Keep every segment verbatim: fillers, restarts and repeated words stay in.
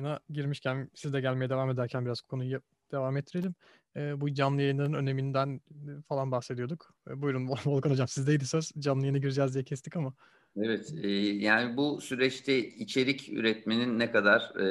yayına girmişken, siz de gelmeye devam ederken biraz konuyu yap- devam ettirelim. Ee, bu canlı yayınların öneminden e, falan bahsediyorduk. Ee, buyurun Volkan Hocam, sizdeydi söz. Canlı yayına gireceğiz diye kestik ama. Evet, e, yani bu süreçte içerik üretmenin ne kadar e,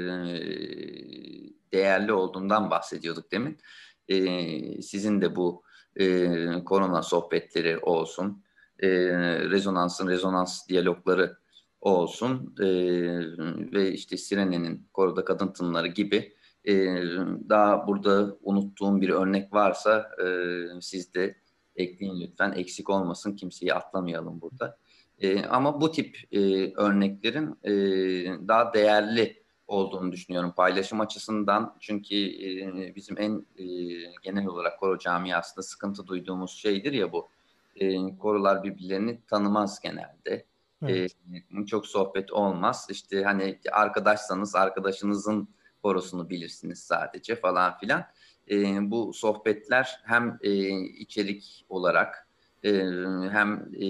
değerli olduğundan bahsediyorduk demin. E, sizin de bu e, korona sohbetleri olsun, e, rezonansın rezonans diyalogları olsun e, ve işte Sirene'nin Koroda Kadın Tınıları gibi e, daha burada unuttuğum bir örnek varsa e, siz de ekleyin lütfen. Eksik olmasın, kimseyi atlamayalım burada. E, ama bu tip e, örneklerin e, daha değerli olduğunu düşünüyorum paylaşım açısından. Çünkü e, bizim en e, genel olarak koro camiasında sıkıntı duyduğumuz şeydir ya bu. E, korolar birbirlerini tanımaz genelde. E, Evet. çok sohbet olmaz. İşte hani arkadaşsanız arkadaşınızın korosunu bilirsiniz sadece falan filan. E, bu sohbetler hem e, içerik olarak e, hem e,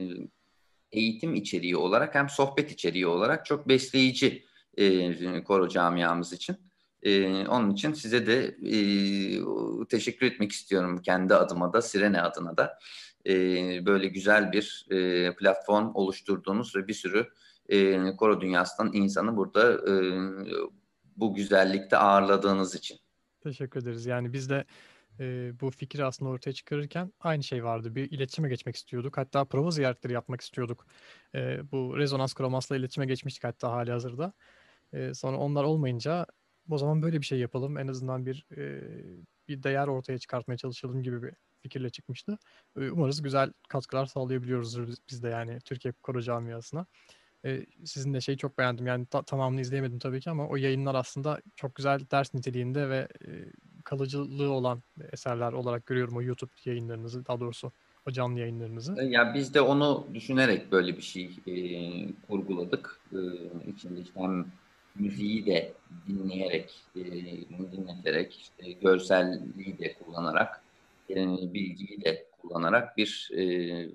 eğitim içeriği olarak hem sohbet içeriği olarak çok besleyici e, koro camiamız için. E, onun için size de e, teşekkür etmek istiyorum kendi adıma da, Sirene adına da. E, böyle güzel bir e, platform oluşturduğunuz ve bir sürü e, koro dünyasından insanı burada e, bu güzellikte ağırladığınız için. Teşekkür ederiz. Yani biz de e, bu fikri aslında ortaya çıkarırken aynı şey vardı. Bir iletişime geçmek istiyorduk. Hatta prova ziyaretleri yapmak istiyorduk. E, bu rezonans kromasla iletişime geçmiştik hatta hali hazırda. E, sonra onlar olmayınca o zaman böyle bir şey yapalım. En azından bir e, bir değer ortaya çıkartmaya çalışalım gibi bir fikirle çıkmıştı. E, umarız güzel katkılar sağlayabiliyoruzdur biz, biz de yani Türkiye Koro camiasına. E, sizin de şeyi çok beğendim. Yani ta- tamamını izleyemedim tabii ki ama o yayınlar aslında çok güzel ders niteliğinde ve e, kalıcılığı olan eserler olarak görüyorum o YouTube yayınlarınızı, daha doğrusu o canlı yayınlarınızı. Ya biz de onu düşünerek böyle bir şey e, kurguladık. E, içinde işte hem müziği de dinleyerek, e, dinleterek, işte görselliği de kullanarak, e, bilgiyi de kullanarak bir e,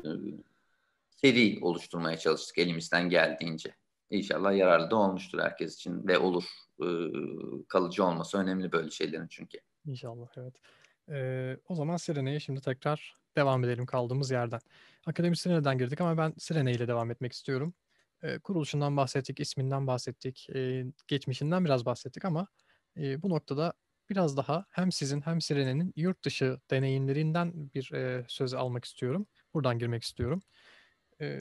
seri oluşturmaya çalıştık elimizden geldiğince. İnşallah yararlı da olmuştur herkes için ve olur. E, kalıcı olması önemli böyle şeylerin çünkü. İnşallah, evet. E, o zaman Sirene'ye şimdi tekrar devam edelim kaldığımız yerden. Akademi Sirene'den girdik ama ben Sirene ile devam etmek istiyorum. E, kuruluşundan bahsettik, isminden bahsettik, e, geçmişinden biraz bahsettik ama e, bu noktada biraz daha hem sizin hem Sirene'nin yurt dışı deneyimlerinden bir e, söz almak istiyorum. Buradan girmek istiyorum. E,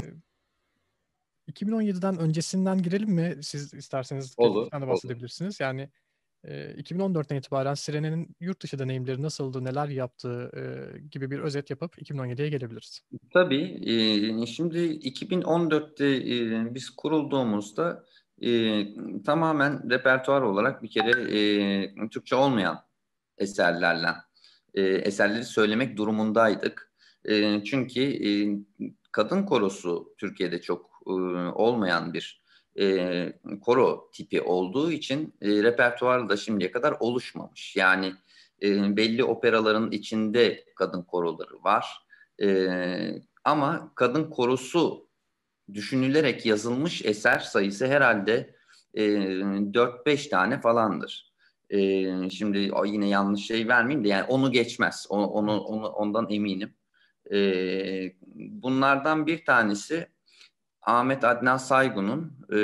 iki bin on yediden öncesinden girelim mi? Siz isterseniz Olur, geçmişten de olur. bahsedebilirsiniz. Yani e, iki bin on dörtten itibaren Sirene'nin yurt dışı deneyimleri nasıldı, neler yaptığı e, gibi bir özet yapıp iki bin on yediye gelebiliriz. Tabii. E, şimdi iki bin on dörtte e, biz kurulduğumuzda e, tamamen repertuar olarak bir kere e, Türkçe olmayan eserlerle e, eserleri söylemek durumundaydık. E, çünkü e, kadın korosu Türkiye'de çok e, olmayan bir e, koro tipi olduğu için e, repertuar da şimdiye kadar oluşmamış. Yani e, belli operaların içinde kadın koroları var. Ee, ama kadın korosu düşünülerek yazılmış eser sayısı herhalde e, dört beş tane falandır. E, şimdi o yine yanlış şey vermeyeyim de yani onu geçmez. O- Onu, Evet. onu ondan eminim. E, bunlardan bir tanesi Ahmet Adnan Saygun'un e,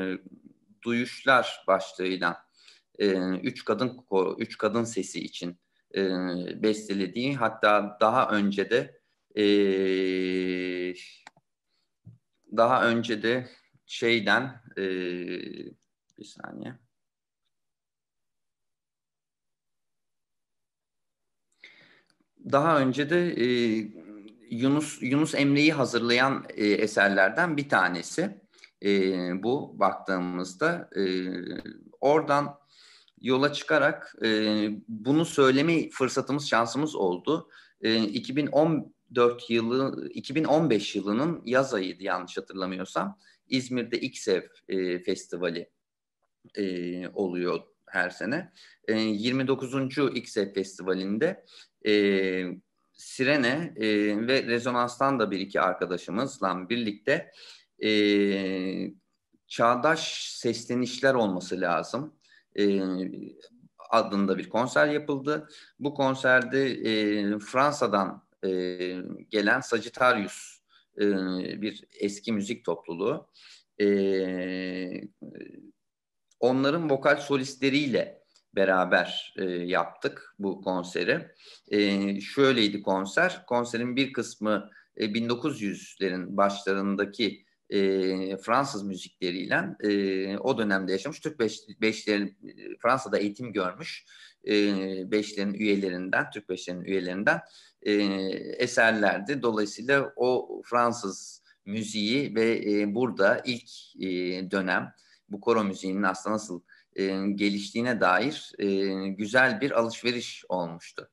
Duyuşlar başlığıyla e, üç kadın ko- üç kadın sesi için e, bestelediği, hatta daha önce de e, daha önce de şeyden e, bir saniye daha önce de e, Yunus Yunus Emre'yi hazırlayan e, eserlerden bir tanesi. E, bu baktığımızda e, oradan yola çıkarak e, bunu söyleme fırsatımız, şansımız oldu. E, iki bin on dört yılı, iki bin on beş yılının yaz ayıydı yanlış hatırlamıyorsam. İzmir'de İKSEV e, Festivali e, oluyor her sene. E, yirmi dokuzuncu İKSEV Festivali'nde e, Sirene e, ve Rezonans'tan da bir iki arkadaşımızla birlikte e, Çağdaş Seslenişler olması lazım. E, adında bir konser yapıldı. Bu konserde e, Fransa'dan e, gelen Sagittarius e, bir eski müzik topluluğu. E, onların vokal solistleriyle beraber e, yaptık bu konseri. E, şöyleydi konser. Konserin bir kısmı e, bin dokuz yüzlerin başlarındaki e, Fransız müzikleriyle e, o dönemde yaşamış Türk beş, beşlerin Fransa'da eğitim görmüş e, beşlerin üyelerinden, Türk beşlerin üyelerinden e, eserlerdi. Dolayısıyla o Fransız müziği ve e, burada ilk e, dönem bu koro müziğinin aslında nasıl e, geliştiğine dair e, güzel bir alışveriş olmuştu.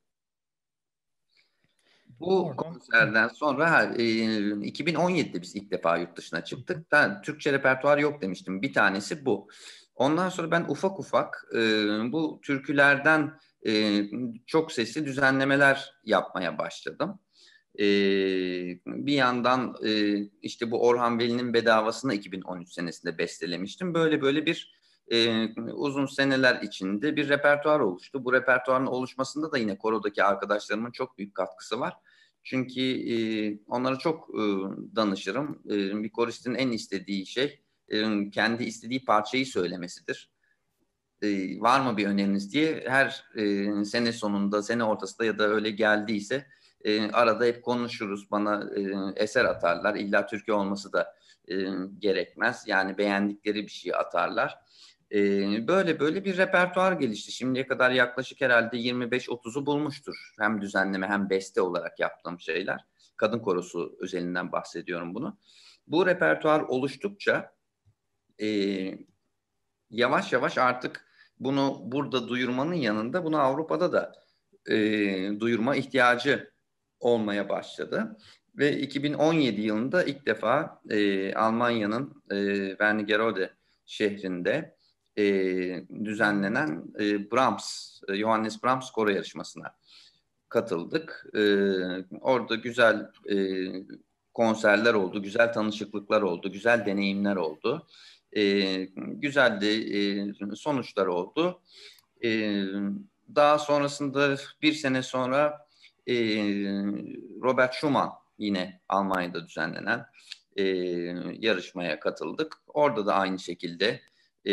Bu Oradan. konserden sonra ha, e, iki bin on yedide biz ilk defa yurt dışına çıktık. Ben Türkçe repertuar yok demiştim. Bir tanesi bu. Ondan sonra ben ufak ufak e, bu türkülerden e, çok sesli düzenlemeler yapmaya başladım. E, bir yandan e, işte bu Orhan Veli'nin Bedavası'nı iki bin on üç senesinde bestelemiştim. Böyle böyle bir e, uzun seneler içinde bir repertuar oluştu. Bu repertuarın oluşmasında da yine korodaki arkadaşlarımın çok büyük katkısı var. Çünkü e, onlara çok e, danışırım. E, bir koristin en istediği şey e, kendi istediği parçayı söylemesidir. E, var mı bir öneriniz diye her e, sene sonunda, sene ortasında ya da öyle geldiyse e, arada hep konuşuruz. Bana e, eser atarlar. İlla türkü olması da e, gerekmez. Yani beğendikleri bir şey atarlar. E, böyle böyle bir repertuar gelişti. Şimdiye kadar yaklaşık herhalde yirmi beş otuzu bulmuştur. Hem düzenleme hem beste olarak yaptığım şeyler. Kadın korosu özelinden bahsediyorum bunu. Bu repertuar oluştukça e, yavaş yavaş artık bunu burada duyurmanın yanında bunu Avrupa'da da e, duyurma ihtiyacı olmaya başladı. Ve iki bin on yedi yılında ilk defa e, Almanya'nın e, Wernigerode şehrinde e, düzenlenen e, Brahms, e, Johannes Brahms koro yarışmasına katıldık. E, orada güzel e, konserler oldu, güzel tanışıklıklar oldu, güzel deneyimler oldu. E, güzel de e, sonuçlar oldu. E, daha sonrasında bir sene sonra e, Robert Schumann yine Almanya'da düzenlenen e, yarışmaya katıldık. Orada da aynı şekilde e,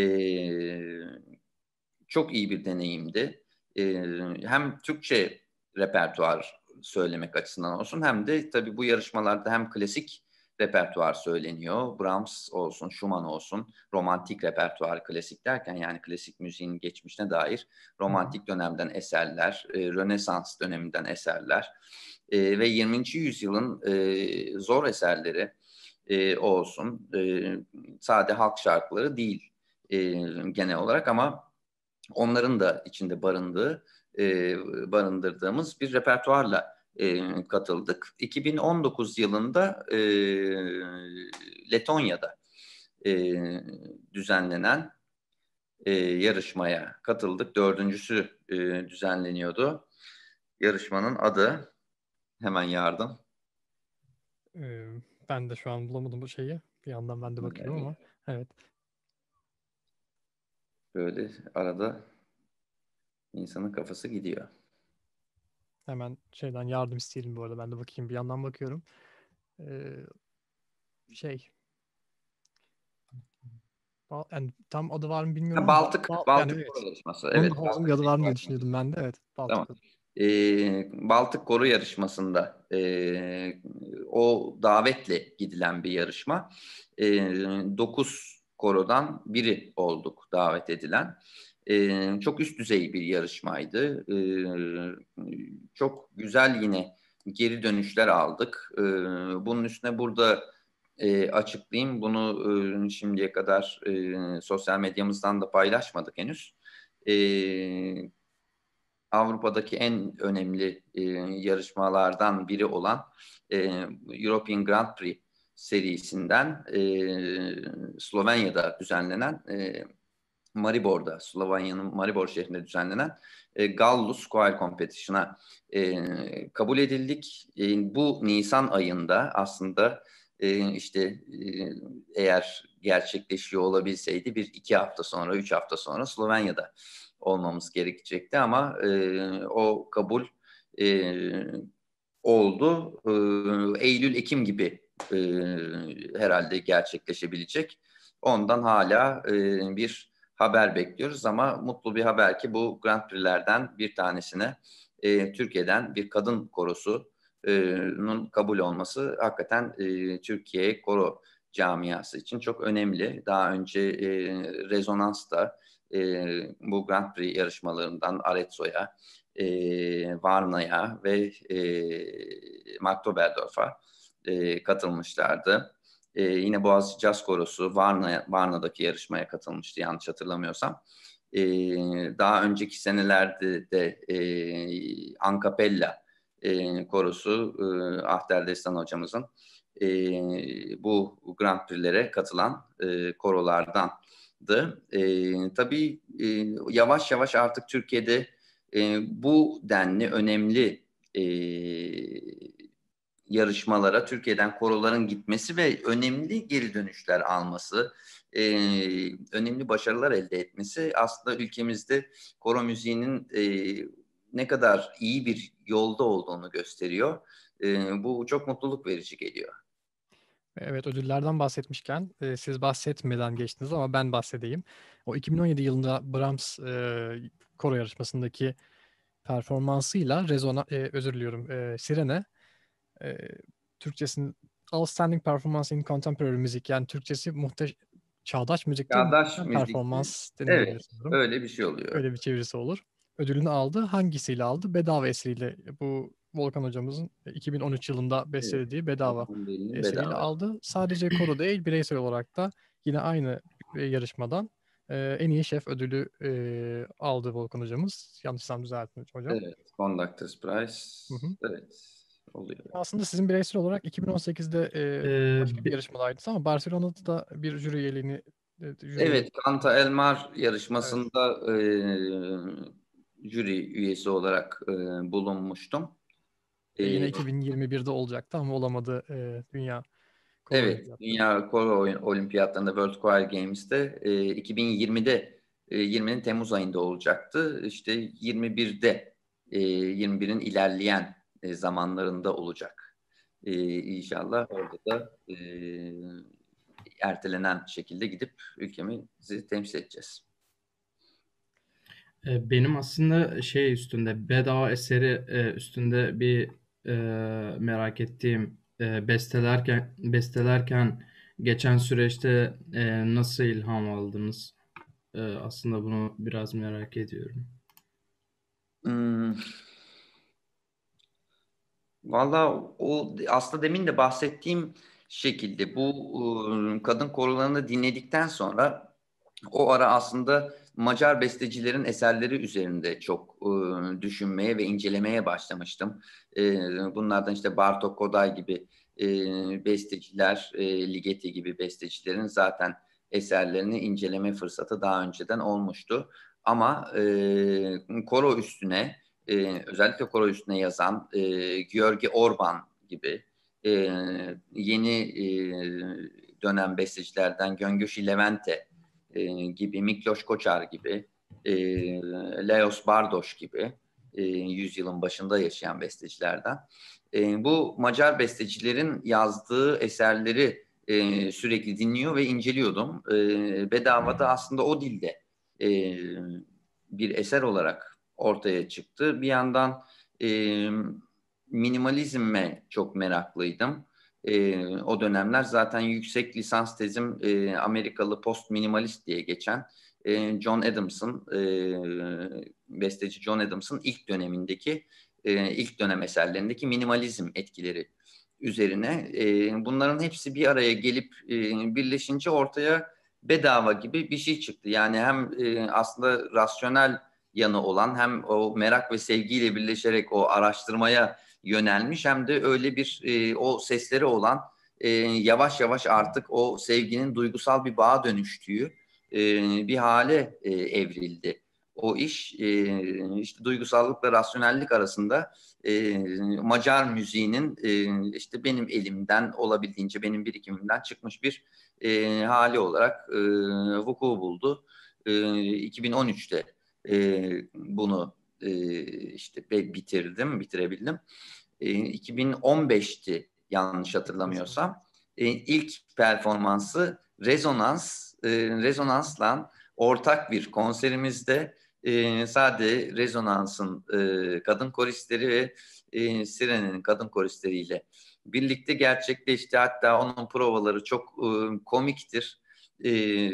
çok iyi bir deneyimdi. E, hem Türkçe repertuar söylemek açısından olsun hem de tabii bu yarışmalarda hem klasik repertuar söyleniyor. Brahms olsun, Schumann olsun, romantik repertuar, klasik derken yani klasik müziğin geçmişine dair romantik dönemden eserler, e, Rönesans döneminden eserler e, ve yirminci yüzyılın e, zor eserleri e, olsun. E, sade halk şarkıları değil e, genel olarak ama onların da içinde barındığı, e, barındırdığımız bir repertuarla e, katıldık. iki bin on dokuz yılında e, Letonya'da e, düzenlenen e, yarışmaya katıldık. Dördüncüsü e, düzenleniyordu. Yarışmanın adı, hemen yardım. Ee, ben de şu an bulamadım bu şeyi. Bir yandan ben de bakıyorum ama. Evet. Böyle arada insanın kafası gidiyor. Hemen şeyden yardım isteyelim bu arada. Ben de bakayım. Bir yandan bakıyorum. Ee, şey. Ba- Yani tam adı var mı bilmiyorum Ha, ama Baltık, Bal- yani Baltık Koro evet. yarışması. Onun da Evet, hafızam bir başka adı bir var şey mı diye var. düşünüyordum ben de. Evet. Tamam. Baltık. Ee, Baltık Koro yarışmasında e, o davetle gidilen bir yarışma. E, dokuz korodan biri olduk davet edilen. E, çok üst düzey bir yarışmaydı. E, çok güzel yine geri dönüşler aldık. E, bunun üstüne burada e, açıklayayım. Bunu e, şimdiye kadar e, sosyal medyamızdan da paylaşmadık henüz. E, Avrupa'daki en önemli e, yarışmalardan biri olan e, European Grand Prix serisinden e, Slovenya'da düzenlenen e, Maribor'da, Slovanya'nın Maribor şehrinde düzenlenen e, Gallus Choir Competition'a e, kabul edildik. E, bu Nisan ayında aslında e, işte e, eğer gerçekleşiyor olabilseydi bir iki hafta sonra, üç hafta sonra Slovenya'da olmamız gerekecekti ama e, o kabul e, oldu. E, Eylül-Ekim gibi e, herhalde gerçekleşebilecek. Ondan hala e, bir haber bekliyoruz ama mutlu bir haber ki bu Grand Prix'lerden bir tanesine e, Türkiye'den bir kadın korosunun kabul olması hakikaten e, Türkiye koro camiası için çok önemli. Daha önce e, Rezonans'ta e, bu Grand Prix yarışmalarından Arezzo'ya, e, Varna'ya ve e, Magdeburg'a e, katılmışlardı. E, yine Boğaziçi Caz Korosu Varna, Varna'daki yarışmaya katılmıştı yanlış hatırlamıyorsam. E, Daha önceki senelerde de e, Ankapella e, korosu e, Ahter Destan hocamızın e, bu Grand Prix'lere katılan e, korolardandı. E, tabii e, yavaş yavaş artık Türkiye'de e, bu denli önemli e, yarışmalara Türkiye'den koroların gitmesi ve önemli geri dönüşler alması, e, önemli başarılar elde etmesi aslında ülkemizde koro müziğinin e, ne kadar iyi bir yolda olduğunu gösteriyor. E, bu çok mutluluk verici geliyor. Evet, ödüllerden bahsetmişken e, siz bahsetmeden geçtiniz ama ben bahsedeyim. O iki bin on yedi yılında Brahms e, koro yarışmasındaki performansıyla Rezona, e, özür diliyorum, e, Sirene, e, Türkçesinin Outstanding Performance in Contemporary Music, yani Türkçesi muhteşem çağdaş müzikte Çağdaş muhteşem müzikte, performans denilebilir evet, sanırım. öyle bir şey oluyor. Öyle bir çevirisi olur. Ödülünü aldı. Hangisiyle aldı? Bedava eseriyle. Bu Volkan hocamızın iki bin on üç yılında Evet. bestelediği Bedava Volkan Beyli'nin eseriyle bedava. aldı. Sadece koro değil, bireysel olarak da yine aynı e, yarışmadan e, en iyi şef ödülü e, aldı Volkan hocamız. Yanlışsam düzeltin hocam. Evet, Conductors Prize. Hı hı. Evet, oluyor. Aslında sizin bireysel olarak iki bin on sekizde e, Ee, başka bir be- yarışmadaydı ama Barcelona'da da bir jüri üyeliğini e, jüri üyeliği. Evet, Kanta Elmar Evet. yarışmasında e, jüri üyesi olarak e, bulunmuştum. Ve yine E, iki bin yirmi birde olacaktı ama olamadı, e, Dünya Koro evet, Olimpiyatları. Dünya Koro Oyun- Olimpiyatlarında World Choir Games'te e, iki bin yirmide e, yirminin Temmuz ayında olacaktı. İşte yirmi birde e, yirmi birin ilerleyen e, zamanlarında olacak. E, İnşallah orada da e, ertelenen şekilde gidip ülkemizi temsil edeceğiz. e, benim aslında şey üstünde bedava eseri e, üstünde bir e, merak ettiğim e, bestelerken bestelerken geçen süreçte e, nasıl ilham aldınız? E, aslında bunu biraz merak ediyorum. Hmm, Valla o aslında demin de bahsettiğim şekilde bu e, kadın korolarını dinledikten sonra o ara aslında Macar bestecilerin eserleri üzerinde çok e, düşünmeye ve incelemeye başlamıştım. E, bunlardan işte Bartók Kodály gibi e, besteciler, e, Ligeti gibi bestecilerin zaten eserlerini inceleme fırsatı daha önceden olmuştu. Ama e, koro üstüne e, özellikle koro üstüne yazan e, György Orban gibi e, yeni e, dönem bestecilerden Göngöşi Levente e, gibi, Miklos Koçar gibi, e, Leos Bardos gibi e, yüzyılın başında yaşayan bestecilerden. E, bu Macar bestecilerin yazdığı eserleri e, sürekli dinliyor ve inceliyordum. E, Bedavada aslında o dilde e, bir eser olarak ortaya çıktı. Bir yandan e, minimalizme çok meraklıydım. E, o dönemler zaten yüksek lisans tezim e, Amerikalı post minimalist diye geçen e, John Adams'ın e, besteci John Adams'ın ilk dönemindeki e, ilk dönem eserlerindeki minimalizm etkileri üzerine e, bunların hepsi bir araya gelip e, birleşince ortaya bedava gibi bir şey çıktı. Yani hem e, aslında rasyonel yanı olan hem o merak ve sevgiyle birleşerek o araştırmaya yönelmiş hem de öyle bir e, o sesleri olan e, yavaş yavaş artık o sevginin duygusal bir bağa dönüştüğü e, bir hale e, evrildi. O o iş. E, işte duygusallıkla rasyonellik arasında e, Macar müziğinin e, işte benim elimden olabildiğince benim birikimimden çıkmış bir e, hali olarak e, vuku buldu. E, iki bin on üçte e, bunu e, işte bitirdim, bitirebildim. E, iki bin on beşti yanlış hatırlamıyorsam. E, ilk performansı Rezonans, e, Rezonans'la ortak bir konserimizde e, sadece Rezonans'ın e, kadın koristleri ve e, Sirene'nin kadın koristleriyle birlikte gerçekleşti. Hatta onun provaları çok e, komiktir. E,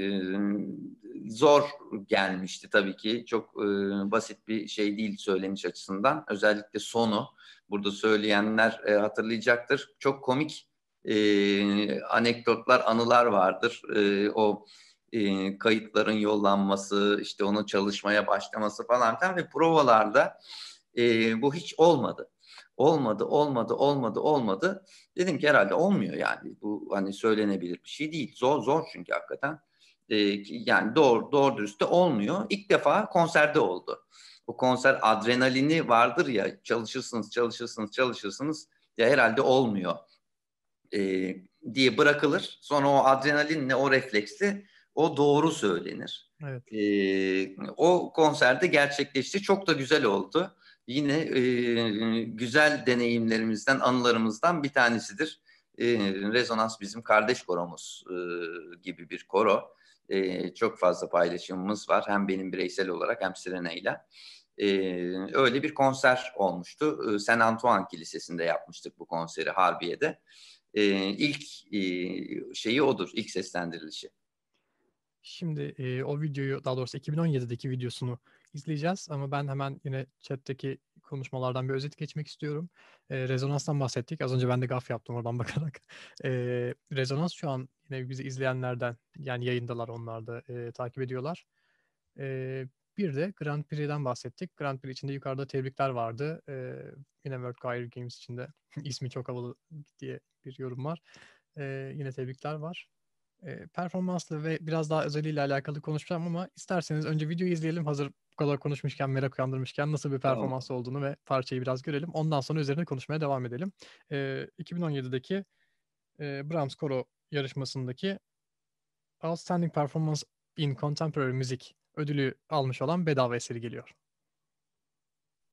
zor gelmişti tabii ki. Çok e, basit bir şey değil söyleniş açısından. Özellikle sonu burada söyleyenler e, hatırlayacaktır. Çok komik e, anekdotlar, anılar vardır. E, o e, kayıtların yollanması, işte onun çalışmaya başlaması falan filan ve provalarda e, bu hiç olmadı. Olmadı, olmadı, olmadı, olmadı. Dedim ki herhalde olmuyor yani. Bu hani söylenebilir bir şey değil. Zor, zor çünkü hakikaten. E, yani doğru, doğru dürüst de olmuyor. İlk defa konserde oldu. O konser adrenalini vardır ya, çalışırsınız, çalışırsınız, çalışırsınız. Ya herhalde olmuyor e, diye bırakılır. Sonra o adrenalinle, o refleksle o doğru söylenir. Evet. E, o konserde gerçekleşti. Çok da güzel oldu. Yine e, güzel deneyimlerimizden, anılarımızdan bir tanesidir. E, Rezonans bizim kardeş koromuz e, gibi bir koro. E, çok fazla paylaşımımız var. Hem benim bireysel olarak hem Sirene'yle. E, öyle bir konser olmuştu. E, Saint Antoine Kilisesi'nde yapmıştık bu konseri Harbiye'de. E, ilk e, şeyi odur, ilk seslendirilişi. Şimdi e, o videoyu, daha doğrusu iki bin on yedideki videosunu izleyeceğiz ama ben hemen yine chat'teki konuşmalardan bir özet geçmek istiyorum. E, Rezonans'tan bahsettik. Az önce ben de gaf yaptım oradan bakarak. E, Rezonans şu an yine bizi izleyenlerden, yani yayındalar, onlar da e, takip ediyorlar. E, bir de Grand Prix'den bahsettik. Grand Prix içinde yukarıda tebrikler vardı. E, yine World Choir Games içinde ismi çok havalı diye bir yorum var. E, yine tebrikler var. E, performanslı ve biraz daha özeliyle alakalı konuşacağım ama isterseniz önce videoyu izleyelim. Hazır bu kadar konuşmuşken, merak uyandırmışken nasıl bir performans Tamam. olduğunu ve parçayı biraz görelim. Ondan sonra üzerine konuşmaya devam edelim. E, iki bin on yedideki e, Brahms Koro yarışmasındaki Outstanding Performance in Contemporary Music ödülü almış olan Bedava eseri geliyor.